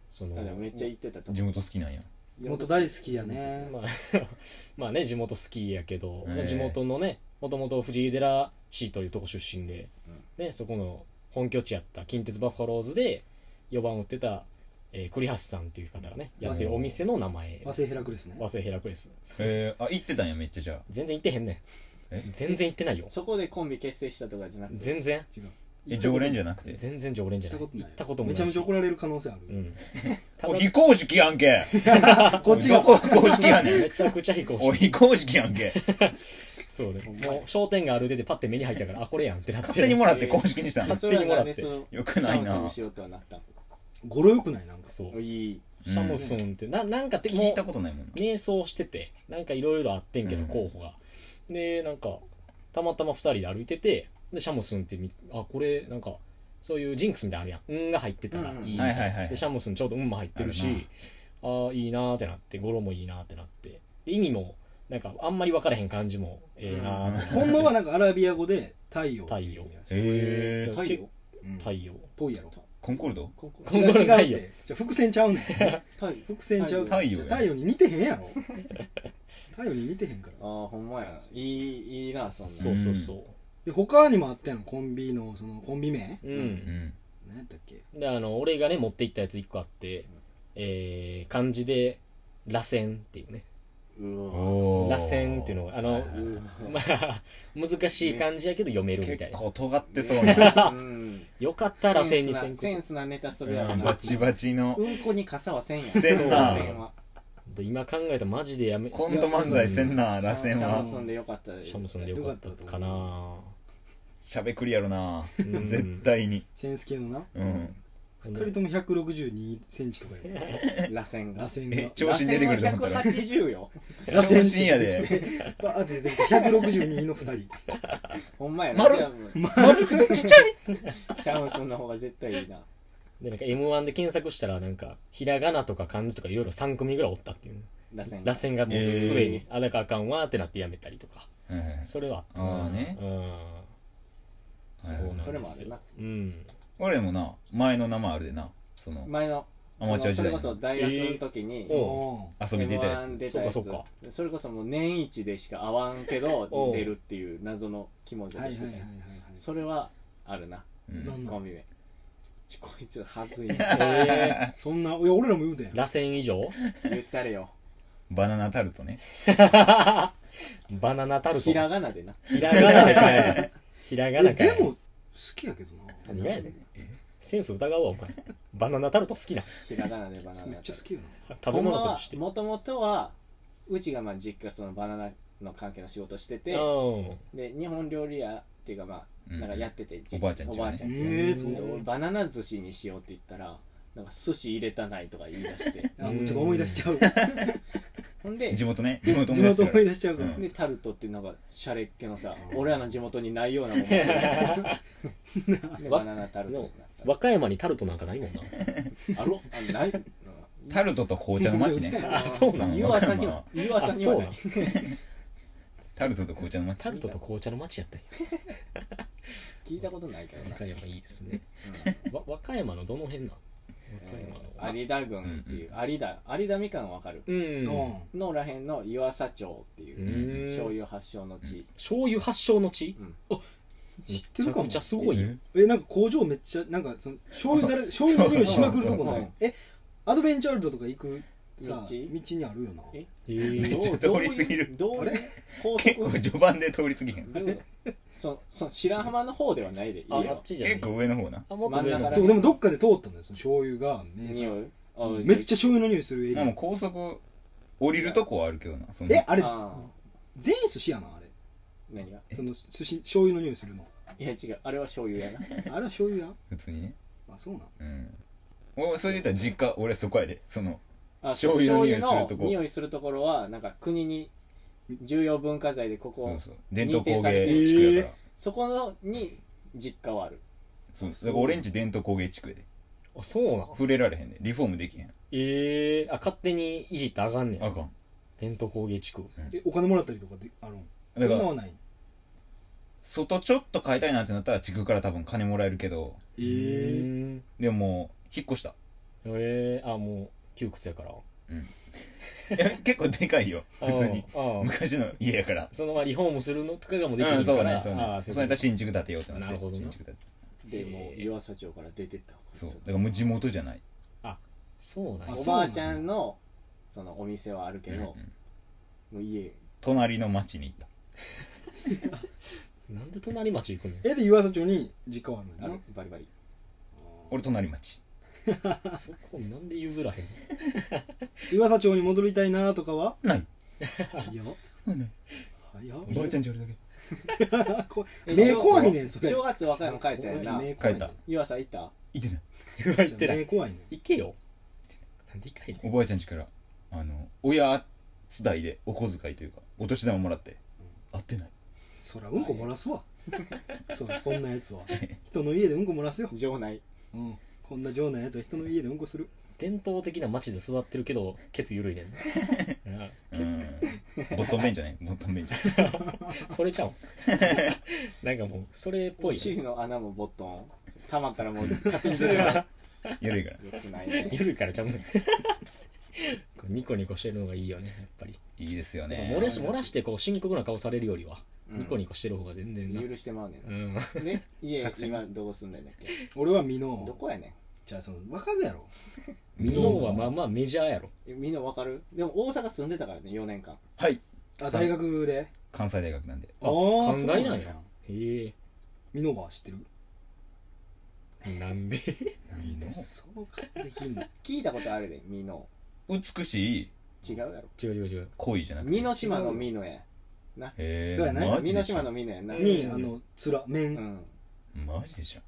そのめっちゃ行ってたと地元好きなんや。 地元大好きやね。 まあまあね地元好きやけど、 えー地元のねもともと藤井寺市というとこ出身で、ね、そこの本拠地やった近鉄バファローズでよばんを打ってた、えー栗橋さんっていう方がねやってるお店の名前、 和製ヘラクレスね。 和製ヘラクレス。 えー、あ行ってたんやめっちゃ。じゃあ全然行ってへんねん。 え全然行ってないよ。 そこでコンビ結成したとかじゃなくて全然違う。 え常連じゃなくて全然常連じゃない。 行行ったこともないし。 めちゃめちゃ怒られる可能性ある。 うん。 お非公式やんけこっちがどこ公式やねんめちゃくちゃ非公お式。 非公式やんけそうね。もう商店が歩いててパッて目に入ったからあこれやんってなって。 勝手にもらって公式にしたん勝手にもらってそれはなんでそのよくないなシャンソンにしようとはなった語呂よくないなんか。 そう。 いいシャムスンってななんかっても聞いうたことないもんな。 迷走しててなんかいろいろあってんけどうん候補が。でなんかたまたまふたりで歩いててでシャムスンって見あこれなんかそういうジンクスみたいなのあるやん。運が入ってたらいいみたいな。 はいはいはいでシャムスンちょうど運も入ってるあしああいいなーってなって語呂もいいなーってなってで意味もなんかあんまり分からへん感じもええなーってほんまはなんかアラビア語で太陽っていう意味らしい。 へえ太陽うん太陽ぽいやろ。 コンコルドここ違う違う太陽って。じゃあ伏線ちゃうねん。 太陽伏線ちゃう。 太陽や太陽に似てへんやろ。太陽に似てへんから。 ああほんまやないいいいなそんなそうそうそうで他にもあったやんコンビのそのコンビ名ううんん何やったっけ。 であの俺がね持って行ったやついっこあって、えー、漢字で螺旋っていうねうわおー螺旋っていうのがあの、 はいはいはいまあ難しい漢字やけど読めるみたいな結構尖ってそうなうんよかった螺旋にせんセンスなネタするやろなバチバチのうんこに傘はせんやせんな螺旋はで今考えたらマジでやめコント漫才せんな螺旋シャはムスンでよかったでシャムスンでよかったかなしゃべくりやろなうん絶対にセンス系のなうん二人ともひゃくろくじゅうにセンチとかやる螺旋が螺旋がえ調子に出てくると思ったら螺旋はひゃくはちじゅうよ螺旋調子やでバーって出てきてひゃくろくじゅうにのふたりほんまやな丸じゃあもう丸くてちっちゃいシャムスンの方が絶対いいなでなんか エムワン で検索したらなんかひらがなとか漢字とかいろいろさん組ぐらいおったっていう螺旋螺旋がもうすでに、あだからあかんわーってなってやめたりとかはいはいそれはあったああねうんそうなんですよそれもあるなうん俺もな前の名前あるでなその前のアマチュア時代そのそれこそ大学の時に、 えーお遊びに出たやエムワンつ出たやつそうかそうかそれこそもう年一でしか会わんけどおう出るっていう謎の気持ちでしててはいはいはいはいそれはあるなうんなんコンビ名ちこいつはずいなえそんないや俺らも言うたやんー、螺旋以上言ったれよバナナタルトねバナナタルトひらがなでなひらがなでかいひらがなかいえでも好きやけどな何がやねんセンス疑うわお前バナナタルト好きなひらがなでバナナめっちゃ好きやな食べ物としてもともとはうちがまあ実家そのバナナの関係の仕事しててうんで日本料理屋っていうかまあうんなんかやってて、 おばあちゃんちがねおばあちゃんちえーそうで俺バナナ寿司にしようって言ったらなんか寿司入れたないとか言い出してあもうちょっと思い出しちゃうほんで地元ね地元地元のやつ思い出しちゃうからうんでタルトっていうなんかシャレっ気のさ俺らの地元にないようなもんでバナナタルトになっ和歌山にタルトなんかないもんなたあろあないタルトと紅茶の街ねあそうなん湯浅には湯浅あそうなにはなんいタルトと紅茶の街タルトと紅茶の街やったんや聞いたことないけどな和歌山いいですねわ和歌山のどの辺なん和歌山の有田郡っていう有田有田みかんわかるうんうんのらへんの湯浅町っていううん醤油発祥の地醤油発祥の地知ってるかもめちゃくちゃすごいよえなんか工場めっちゃなんかその醤油だれ醤油の匂いしまくるとこなうんいえアドベンチャーワールドとか行くさ道道にあるよなえへめっちゃどう通り過ぎるどういうあれ高結構速序盤で通り過ぎへんどういうそそ白浜の方ではないでいいああっよちじゃない結構上の方なあもっと上の真ん中そうでもどっかで通ったのよその醤油が名産匂いあめっちゃ醤油の匂いするエリアまあもう高速降りるとこはあるけどなそのえあれあ全員寿司やなあれー何がその寿司醤油の匂いするのいや違うあれは醤油やなあれは醤油や普通にねあそうなんうん俺それで言ったら実家俺そこやでそのあ醤油の匂いするとこ醤油の匂いするところはなんか国に重要文化財でここそうそう伝統工芸認定されてる地区やからそこのに実家はあるそうだから俺んち伝統工芸地区やであそうなん触れられへんでリフォームできへんええあ勝手にいじってあがんねんあかん伝統工芸地区えお金もらったりとかであるんそだからんなはない外ちょっと買いたいなってなったら地区から多分金もらえるけどえうえんでももう引っ越したえー、あもう窮屈やからうんいや結構でかいよ普通にあー昔の家やからそのままリフォームするのとかがもうできうんそうるから、 ねそうねあーそれやったら新築建てようってなってなるほどな新築建てでもう湯浅町から出てったそうだからもう地元じゃないそうなんやおばあちゃんのそのお店はあるけど、 うんうんもう家隣の町に行ったなんで隣町行くのえで湯浅町に実家はああるるのよバリバリ俺隣町そこなんで譲らへん湯浅町に戻りたいなとかはないいやなんで早っおばあちゃんちあるだけこ目怖いねんそれ正月和歌山帰ったやんな目怖いねん帰った湯浅行った行ってない言われてない目怖いねん行けよなんで行かへんのおばあちゃんちからあの親伝いでお小遣いというかお年玉もらって会ってないそらうんこ漏らすわそらこんなやつは人の家でうんこ漏らすよ、 城内うん、こんな情なやつは人の家でうんこする伝統的な町で育ってるけどケツ緩いねんなうんボットン便じゃないボットン便じゃそれちゃうんなんかもうそれっぽいお尻の穴もボットンたまったらもう勝手にない緩いからよくないね緩いからちゃうねんこうニコニコしてるのがいいよねやっぱりいいですよね漏らし漏らしてこう深刻な顔されるよりは、 うんニコニコしてる方が全然な許してまうねうんんなね家作戦今どこ住んでんだっけ俺は美ど濃こやねじゃあその分かるやろミノンはまあまあメジャーやろんみんなわかるでも大阪住んでたからねよねんかんはいあ大学で関西大学なんであー寛大なんやそうへえ美濃は知ってるなんでなんでその顔できんの聞いたことあるで美濃美しい違うやろ違う違う違う恋じゃなくて美濃島の美濃やへそうやねえマジ美濃島でしょの美濃やなにうんあの面う面んマジでしょ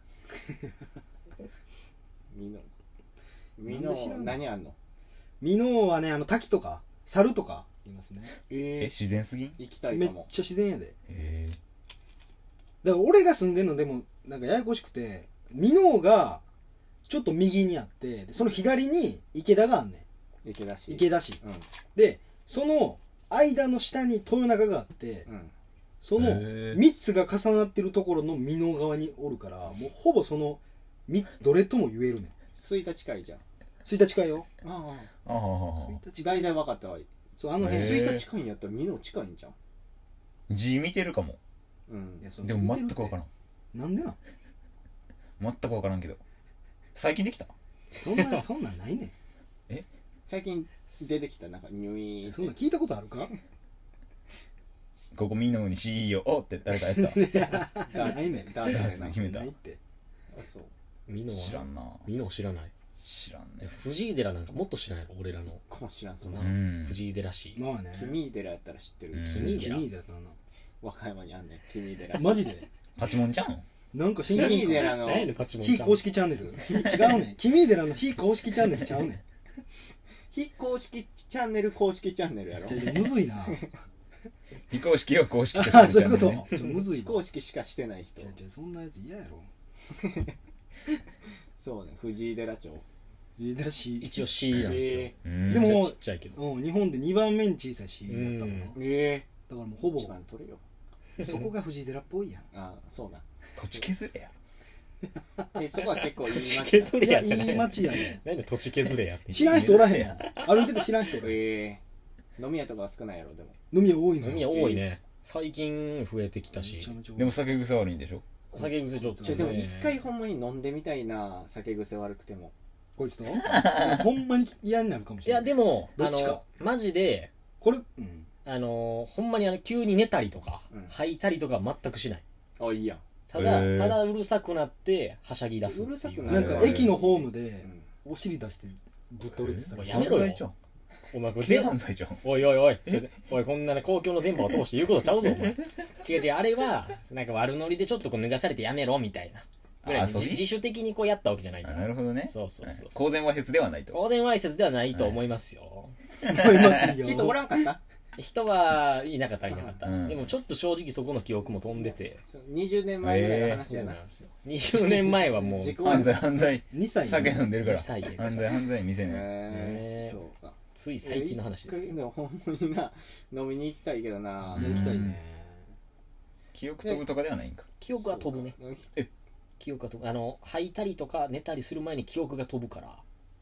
美濃美濃なんで知らんの何あんの美濃はねあの滝とか猿とかいますねええー自然すぎんへ行きたいめっかもちゃ自然やでえだから俺が住んでんのでもなんかややこしくて美濃がちょっと右にあってでその左に池田があんね池田市ん池田市うでその間の下に豊中があってんうんそのへーみっつが重なってるところの美濃側におるからもうほぼそのみっつどれとも言えるねん吹田近いじゃん吹田近いよあああ吹田あ近い大体分かったわそうあの辺へー吹田近いんやったら美濃近いんじゃん字見てるかもうんいやそのでも全く分からんなんでなん全く分からんけど最近できたそんなそんなんないね最近出てきたなんかニュイーンってんそんなん聞いたことあるかここみんなに シーイーオー って誰かやったダないねんダーツでな決めたないってあそうミノは知らんなミノ知らない知らんえね藤井寺なんかもっと知らないの俺らのこも知らんそんななうん藤井寺市まあね君寺やったら知ってるうん君寺君だったな和歌山にあんねん君寺マジでパチモンちゃんなんか親君近感寺の何やねんパチモンちゃん非公式チャンネル違うねん君寺の非公式チャンネルちゃうねん非公式チャンネル公式チャンネルやろちょちょむずいな非公式を公式とあしてそういうこるチャンネルねとちょむずい非な公式しかしてない人ちょちょそんなやつ嫌やろそうね藤井寺町いだし一応 C なんですよ、 えうんでもめっちゃちっちゃいけどうん日本でにばんめに小さい市だったのうんー、えだからもうほぼ一番取れよそこが藤寺っぽいやんああそうな土地削れやでそこは結構いい土地街削れやいやいい街やねなんで土地削れやって知らん人おらへんの歩いてて知らん人おらへんええ飲み屋とかは少ないやろでも飲み屋多いの飲み屋多いね最近増えてきためしちゃめちゃ多いでも酒癖悪いんでしょ酒癖ちょっとちょでも一ね回ほんまに飲んでみたいな酒癖悪くてもこいつとほんまに嫌になるかもしいれないやでもあどっちかのマジでこれうんあのほんまにあの急に寝たりとか、 うん吐いたりとかは全くしないあいいやんただ、 へーただうるさくなってはしゃぎ出すっていううるさくなんかへー駅のホームうでんお尻出してぶっ倒れてたらえやめろよ犯罪じゃんお前これ軽で犯罪じゃんおいおいおいそれでおいこんなね公共の電波を通して言うことちゃうぞお前違う違うあれはなんか悪ノリでちょっとこう脱がされてやめろみたいなぐらいあ遊び自自主的にこうやったわけじゃないかあらなるほどねそうそうそう公然わいせつではないと公然わいせつではないと思いますよ、 思いますよ人おらんかった人はいなかったいなかった、 うんでもちょっと正直そこの記憶も飛んでてそうにじゅうねんまえぐらいの話そうやななんですよにじゅうねんまえはもう事故犯罪犯罪にさい酒飲んでるからにさいです犯罪犯罪見せないへねえそうかつい最近の話ですよでもほんまにな飲みに行きたいけどな行きたいね記憶飛ぶとかではないんか記憶が飛ぶねそうえ記憶が飛ぶあの吐いたりとか寝たりする前に記憶が飛ぶから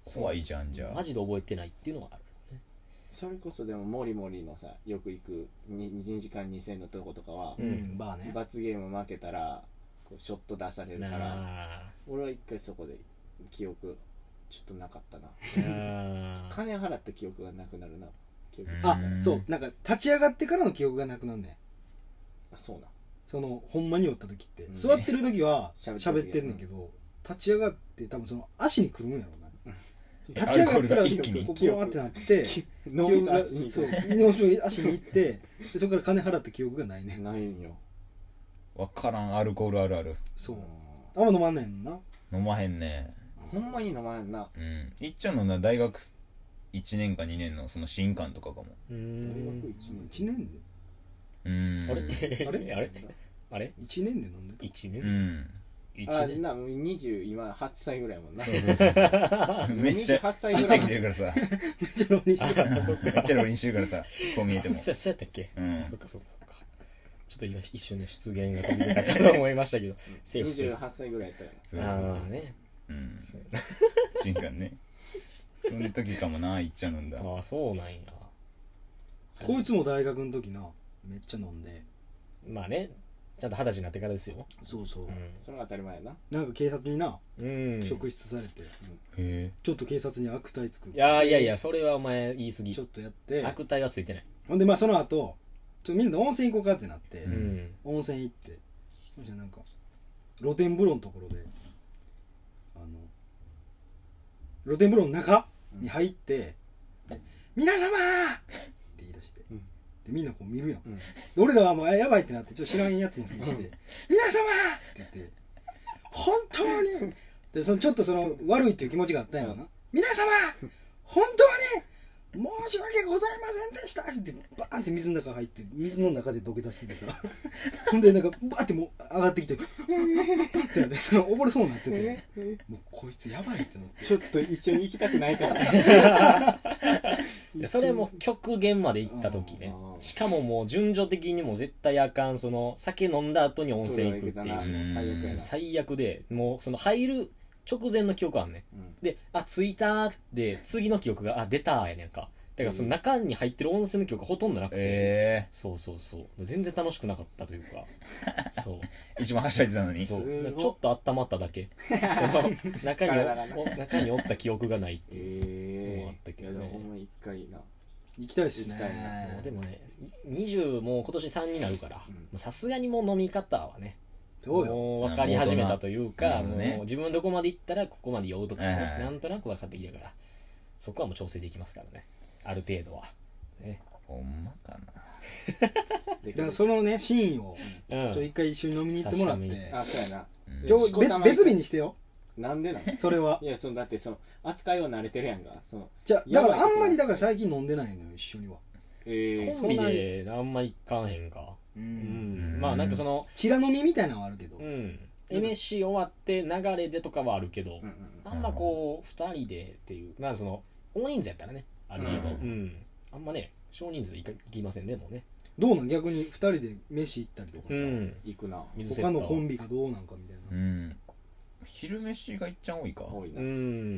怖いじゃんじゃあマジで覚えてないっていうのはある。 それこそでもモリモリのさよく行くにじかんにせんのとことかは、 うん、バーね。 罰ゲーム負けたらこうショット出されるから、俺は一回そこで記憶ちょっとなかったな。金払った記憶がなくなるな。記憶あ、そうなんか立ち上がってからの記憶がなくなるね。 あ、そうな。 そのほんまにおった時って、うん、座ってる時は喋ってんねんけど、うん、立ち上がって多分その足にくるんやろうな。立ち上がったら一気にこうバーってなって脳みそ足にそう脳みそ足に行ってでそこから金払った記憶がないね。 ないんよ。 わからん。アルコールあるある。 そうあんま飲まんないもんな。 飲まへんね。 ほんまに飲まへんな。 うん。いっちゃんのな大学いちねんかにねんのその新刊とかかも。 うーんいちねんでうーんあれあれあれあれいちねんで飲んでた。 いちねんうんあなにじゅう今はっさいぐらいやもんな。 めっちゃはっさいぐめっちゃらい来てるからさめっちゃ浪人してる。 めっちゃ浪人してるからさこう見えてもそうそうやったっけ、 うん、 そっかそっかそっか。ちょっと今一瞬の失言が飛び出たかと思いましたけどにじゅうはっさいぐらいやったよ。 そうそうああね、 うん、新刊ね。その時かもないっちゃ飲んだ。 ああそうなんや。 こいつも大学の時なめっちゃ飲んで。 まあねちゃんと二十歳になってからですよ。 そうそう、うん、 それが当たり前やな。 なんか警察にな、 うん、 職質されて、 うん、へちょっと警察に悪態つく。 いやいやいやそれはお前言い過ぎ。 ちょっとやって悪態はついてない。 ほんでまあその後ちょっとみんなで温泉行こうかってなって、 うん、 温泉行ってそしたらなんか露天風呂のところであの露天風呂の中に入って、うん、皆様って言い出して、うん、でみんなこう見るやん、うん、で俺らはもうやばいってなってちょっと知らんやつにふりして皆様って言って本当にでそのちょっとその悪いっていう気持ちがあったんやろな、うん、皆様本当に申し訳ございませんでしたってバーンって水の中入って水の中で土下座しててさほんでなんかバーってもう上がってきてってなって溺れそうになっててもうこいつやばいってなってちょっと一緒に行きたくないからそれも極限まで行った時ね。しかももう順序的にも絶対あかん。その酒飲んだ後に温泉行くっていう最悪やな。 最悪でもうその入る直前の記憶あんね、うん、であ着いたーで次の記憶があ出たーやねんか。だからその中に入ってる温泉の記憶がほとんどなくて、えー、そうそうそう全然楽しくなかったというかそう一番はしゃいでたのにそうちょっと温まっただけその中に中におった記憶がないっていうのもあったけどね、 えー、いやでもほんま一回な行きたいっすね。 もうでもねにじゅうもう今年さんになるからさすがにもう飲み方はねもう分かり始めたというか、もう自分どこまで行ったらここまで酔うとかね、なんとなく分かってきたからそこはもう調整できますからねある程度は、ね、 ほんまかなだからそのねシーンをちょっと一回一緒に飲みに行ってもらって、うん、 あそうやな、 うん、別, 別日にしてよ。 なんでなのそれはいやそのだってその扱いは慣れてるやんか。そのじゃだからあんまりだから最近飲んでないのよ一緒には。 えー、コンビであんまいかんへんか。うん、うん、まあなんかそのチラ飲みみたいなのはあるけど、 うん、エヌエスシー 終わって流れでとかはあるけど、うんうん、あんまこうふたりでっていうまあその大人数やったらねあるけど、うんうん、あんまね少人数行きませんねもうね。 どうなん逆にふたりで飯行ったりとかさ、うん、 行くな他のコンビがどうなんかみたいな、うん、 昼飯がいっちゃん多いか多いな、 うん、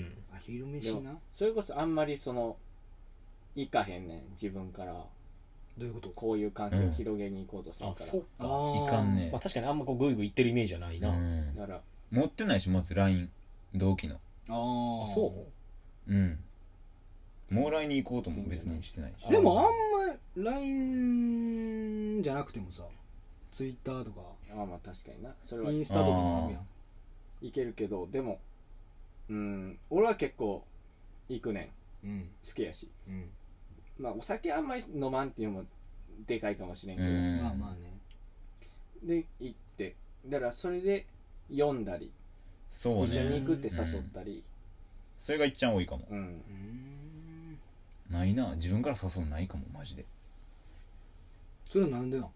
あ昼飯な。 それこそあんまりその行かへんねん自分からどういうことこういう関係を広げに行こうとするから、うん、あそっかいかんね、 まあ、確かにあんまこうグイグイ行ってるイメージじゃないな、うん、 だから持ってないしまず ライン 同期のああそううんもう ライン に行こうとも別にしてないし、 でもあんま ライン じゃなくてもさ ツイッター とかああまあ確かになそれはインスタとかもあるやんいけるけどでもうん俺は結構行くねん、うん、好きやし、うん、まあお酒あんまり飲まんっていうのもでかいかもしれんけどまあまあねで行ってだからそれで読んだりそう、ね、一緒に行くって誘ったり、うん、 それがいっちゃん多いかも、 うん、 ないな自分から誘うのないかもマジで。 それはなんでなん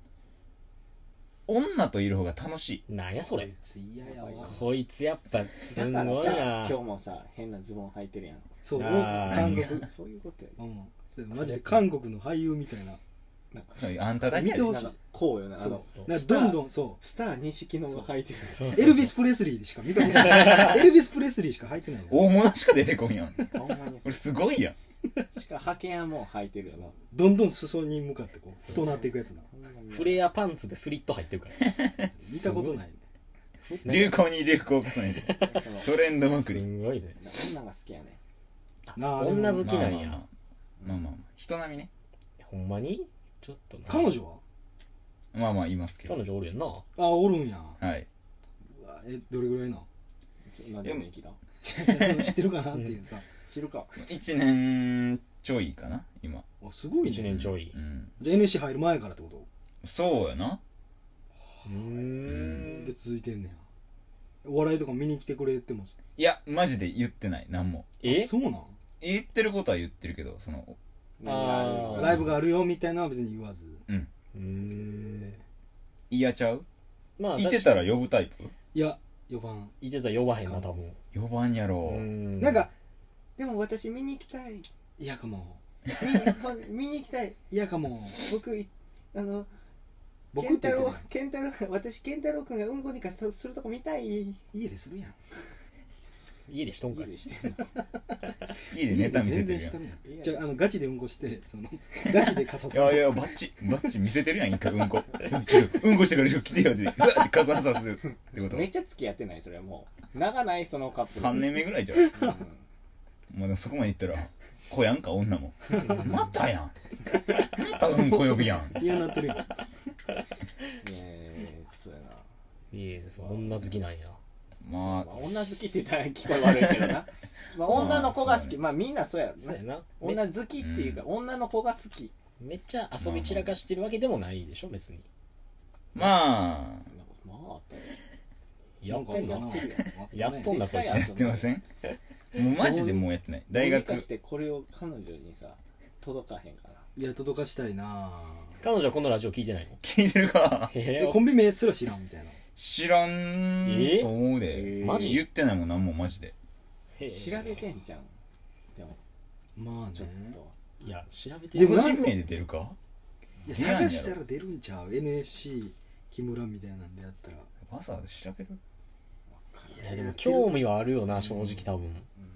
女といる方が楽しい。 なんやそれこいつ嫌やわこいつやっぱすごいな。 だから今日もさ変なズボン履いてるやん。 そう韓国そういうことや、 うん、それマジで韓国の俳優みたいなあんただけやで見てほしい。 こうよな、あのなんかどんどんそうスター錦野が履いてる。 エルビス・プレスリーでしか見たことないエルビス・プレスリーしか履いてないの。 大物しか出てこんやん。 ほんまにこれすごいやん。 しか履けやんもん履いてるよな。 どんどん裾に向かってこう太なっていくやつな。 フレアパンツでスリット入ってるから見たことないね。 流行に流行を重ねてトレンドまくり。 すごいね。 女が好きやね。 なあ女好きなんや。 まあまあまあまあまあ人並みね。 ほんまにちょっとな。 彼女はまあまあいますけど。 彼女おるやんな。 あおるんや。 はい。 うわえどれぐらいななんで人気だ。 知ってるかなっていうさ。 知るか。 一年ちょいかな今。 あすごいね。 一年ちょい。 うん。 じゃあ エヌエスシー 入る前からってこと？ そうやな。 うーん。 で続いてんねや。お笑いとか見に来てくれても。 いやマジで言ってない何も。 えそうなん？ 言ってることは言ってるけどその。 あーライブがあるよみたいなのは別に言わず。 うん。 うーん。 嫌ちゃう？ まあ言ってたら呼ぶタイプ？ いやよばん。 言ってたら呼ばへんな多分。 呼ばんやろ。 うんなんかでも私見に行きたい。 嫌かも。 見見に行きたい。 嫌かも。 僕いあの僕健太郎って言ってない健太郎私健太郎君がうんこにかすするとこ見たい。 家でするやん。 家でしとんかい。 家でしてんの。 家でネタ見せてるやん。 全然してるやん。じゃああのガチでうんこしてそのガチで傘する。 いやいやバッチバッチ見せてるやん一回うんこ。ちょうんこしてから来てよってうわって傘させるってこと。 めっちゃ付き合ってないそれはもう長ないそのカップル。 さんねんめぐらいじゃん。 うんまあでもそこまで言ったら子やんか女も。またやん。またうんこ呼びやん。 嫌になってるやん。 ねえそうやな。 いえ、そう女好きなんや。 ままあ、 あ女好きって言ったら聞こえ悪いけどな。まあそう女の子が好き。 そうねまあみんなそうやろな。 そうやな。め女好きっていうか、女の子が好き。 めっちゃ遊び散らかしてるわけでもないでしょ別に。 まあまああったよ。 やっなんかあんなやってるやっとんなこいつ。 やってません。もうマジでもうやってない。大学どうにかしてこれを彼女にさ届かへんかな。 いや届かしたいな。 彼女はこのラジオ聞いてないの？ 聞いてるか。 へえ。 でコンビ名すら知らんみたいな。 知らんと思うで。 えマジ言ってないもんなんもマジで。 へえ調べてんじゃん。でもまあちょっね。 と。 いや調べてでも個人名で出るか。 いや探したら出るんちゃう エヌエスシー 木村みたいなんでやったら。 わざわざ調べる。 いやでも興味はあるよな正直多分。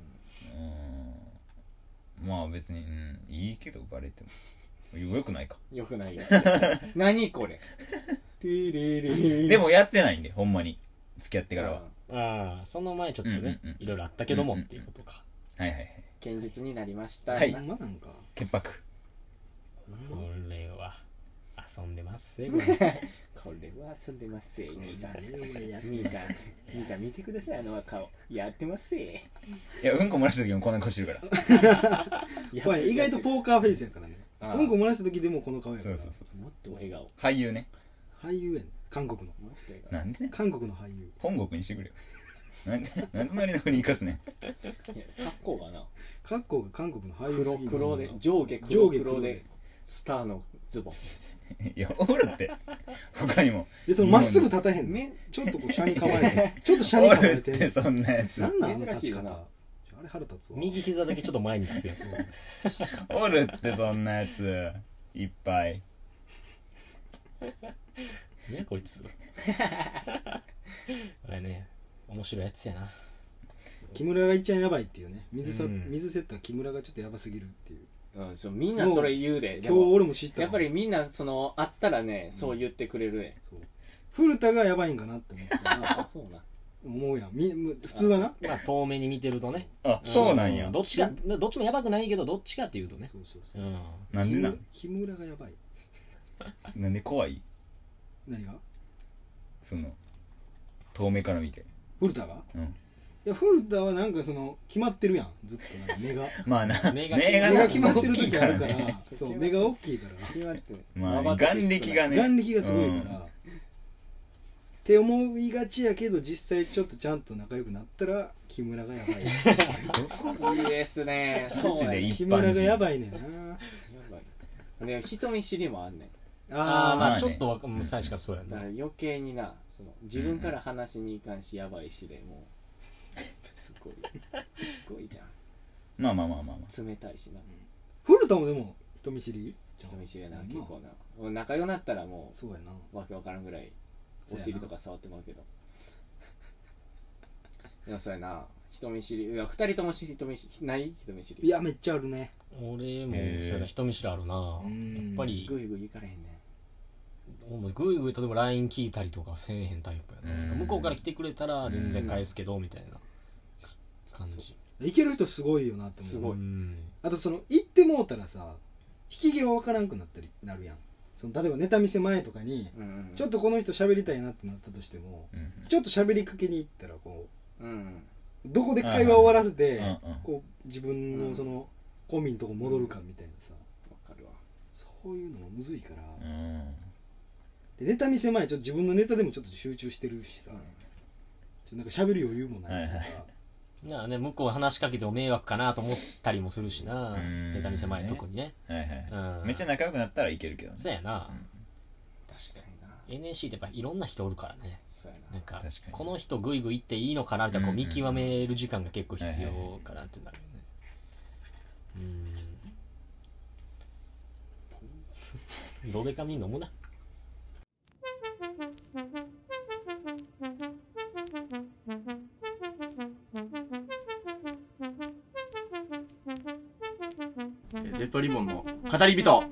うん。まあ別にうんいいけどバレてもよくないか。 よくないよ。何これ。ティリリでもやってないんでほんまに付き合ってからは。 ああその前ちょっとねうんうんうんいろいろあったけどもっていうことか。 はいはいはい。 現実になりました。 はいほんまなんか。 潔白。 これは遊んでますぜ。 これは遊んでますせ兄さん。 や兄さん兄さん見てくださいあの顔やってますせ。 いやうんこ漏らした時もこんな顔してるからおい意外とポーカーフェイスやからね。 ああうんこ漏らした時でもこの顔やから。 そうそうそうもっと笑顔。も俳優ね俳優やね。韓国の。 っと笑顔。 なんでね韓国の俳優。 本国にしてくれよなんでなんで隣の国に生かすねいや格好がな韓国が韓国の俳優す黒ぎる黒で上下黒上下黒黒ででスターのズボン。 いやおるって他にもでそのまっすぐ立たへんのめちょっとこう車に構えてちょっと車におるって構えてそんなやつなんなんあの立ち方珍しいよなあれ腹立つわ右膝だけちょっと前に出すやつ。 おるってそんなやついっぱいねこいつ。あれね面白いやつやな。 木村がいっちゃんやばいっていうね水さ、 うん水セットは木村がちょっとやばすぎるっていううんそうみんなそれ言うで。で今日も俺も知ったわやっぱりみんなその会ったらねそう言ってくれるね。 そう古田がやばいんかなって思ってたなあそうな。 思うやんみむ普通はなまあ遠目に見てるとね。 あそうなんやどっちかどっちもやばくないけどどっちかっていうとね。 そうそううそうんなんでなん木村がやばいなんで怖い何がその遠目から見て古田がうんいや古田はなんかその決まってるやんずっとなんか目がまあな目が目が目が決まってる時あるから大きいねそう目が大きいから決まってる。 まあまばたき眼力がね眼力がすごいから、って思いがちやけど実際ちょっとちゃんと仲良くなったら木村がやばいいいですね。そうマジでいいね。 木村がやばいねんなやばい。ね人見知りもあんねん。 ああままあねあちょっとわかん最初からそうやな。 だから余計になその自分から話しに行かんしやばいしでもうすごいすごいじゃん。 まあまあまあまあまあ冷たいしな。 古田もでも人見知り人見知りやな、結構な。仲良くなったらもうそうやな、 わけわからんぐらいお尻とか触ってもらうけど。いや、そうやな、人見知り。いや、二人とも人見知りない人見知り。 いや、めっちゃあるね。 俺もそうやな、人見知りあるな。やっぱりグイグイいかれへんね。 グイグイとでも ライン 聞いたりとかせえへんタイプやな。向こうから来てくれたら全然返すけどみたいな感じ。 いける人すごいよなって思う。 すごい。 あとその行ってもうたらさ、引き際わからんくなったりなるやん。その例えばネタ見せ前とかに、うんうん、ちょっとこの人喋りたいなってなったとしても、うん、ちょっと喋りかけに行ったらこう、うん、どこで会話を終わらせて、うん、こう自分のそのコンビのとこ戻るかみたいなさ、 わかるわ。 そういうのもむずいから、 うん、 でネタ見せ前ちょっと自分のネタでもちょっと集中してるしさ、うん、ちょっとなんか喋る余裕もないとか、はいはい、 なあね、向こう話しかけても迷惑かなと思ったりもするしな、ネタ見せ前特にね、 はいはい、うん、めっちゃ仲良くなったらいけるけどね。 そうやな、 うん、確かにな。 エヌエスシー ってやっぱいろんな人おるからね。 そうやな、 なんかこの人グイグイっていいのかなみたいなこう見極める時間が結構必要かなってなるよね。うん、ドベカミン飲むな。 デッドリボンの語り人。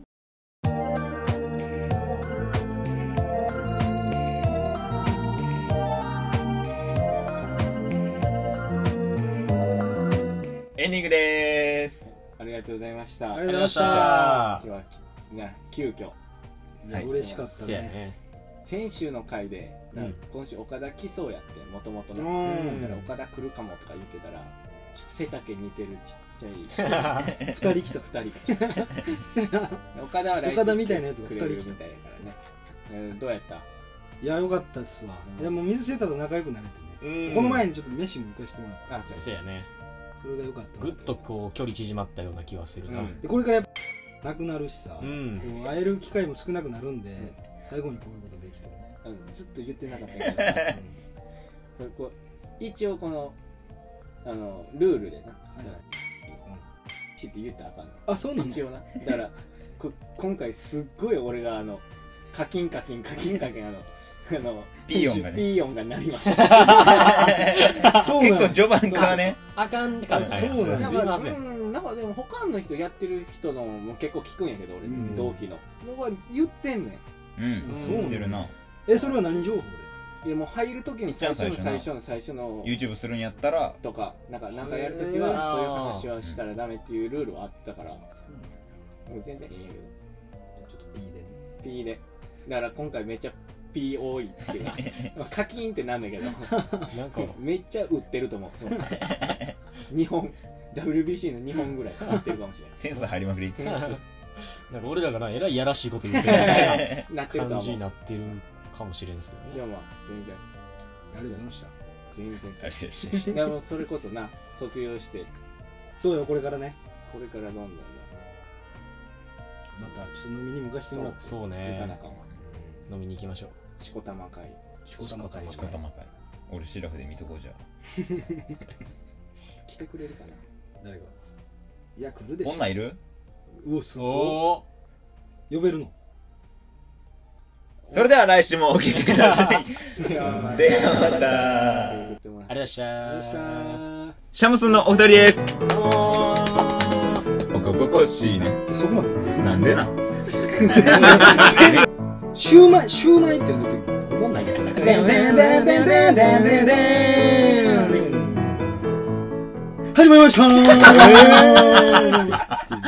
エンディングでーす。 ありがとうございました。 ありがとうございました。 今日はね、急遽。 いや、嬉しかったね。 先週の回で、うん、今週岡田来そうやって、もともとな。だから岡田来るかもとか言ってたら、背丈似てるちっちゃい二人来た二人来た岡田は来岡田みたいなやつが二人来たみたいだからね。どうやった？ いや、よかったっすわ。いや、もう水セーターと仲良くなれてね。この前にちょっと飯も行かしてもらった。 あ、そうやね。 それが良かった。 ぐっとこう距離縮まったような気はするな。 でこれからやっぱなくなるしさ、会える機会も少なくなるんで、最後にこういうことできたね。 ずっと言ってなかったけど、一応このあのルールでな、チって言ったらあかんの。 あ、そうなんだ。 一応な。だからこ今回すっごい俺があのカキンカキンカキンカキンあのあのピー音がね。 ピー音が鳴ります。 結構序盤からね。 あかんかった。 そうなんですよ。なんかでも他の人やってる人のも結構聞くんやけど俺同期の。僕は言ってんねん。うん。そう言ってるな。 え、それは何情報で？ いやもう入るときに最初の最初の最初の YouTube するんやったらとかなんかなんかやるときはそういう話はしたらダメっていうルールはあったから、全然いいんやけど、 ちょっと P でね。 P で。だから今回めっちゃ P 多いっていうかカキンってなんだけどなんかめっちゃ売ってると思う。にほん ダブリュービーシー のにほんぐらい売ってるかもしれない。 点数入りまくり。 点数なんか俺らがなえらいやらしいこと言ってるみたいな感じになってるかもしれんですけどね。 いやまあ全然ありがとうございました。 全然よしよしよし。 でもそれこそな卒業してそうよ、これからね。 これからどんどんまたちょっと飲みにも行かしてもらって。 そうね。 行かなかんわ。 飲みに行きましょう。 しこたま会。 しこたま会。 しこたま会。俺シラフで見とこうじゃ。 来てくれるかな。 誰が？いや来るでしょ。 こんなんいる？ うわすごい。呼べるの？ それでは来週もお聞きください。ではまた。ありがとうございました。 シャムスンのお二人です。おこここしいね。 そこまで。 なんでな。 シューマイシューマイって呼んでて。 思んないですよね。 でんでんでんでんでんでんでんでん。始まりましたー。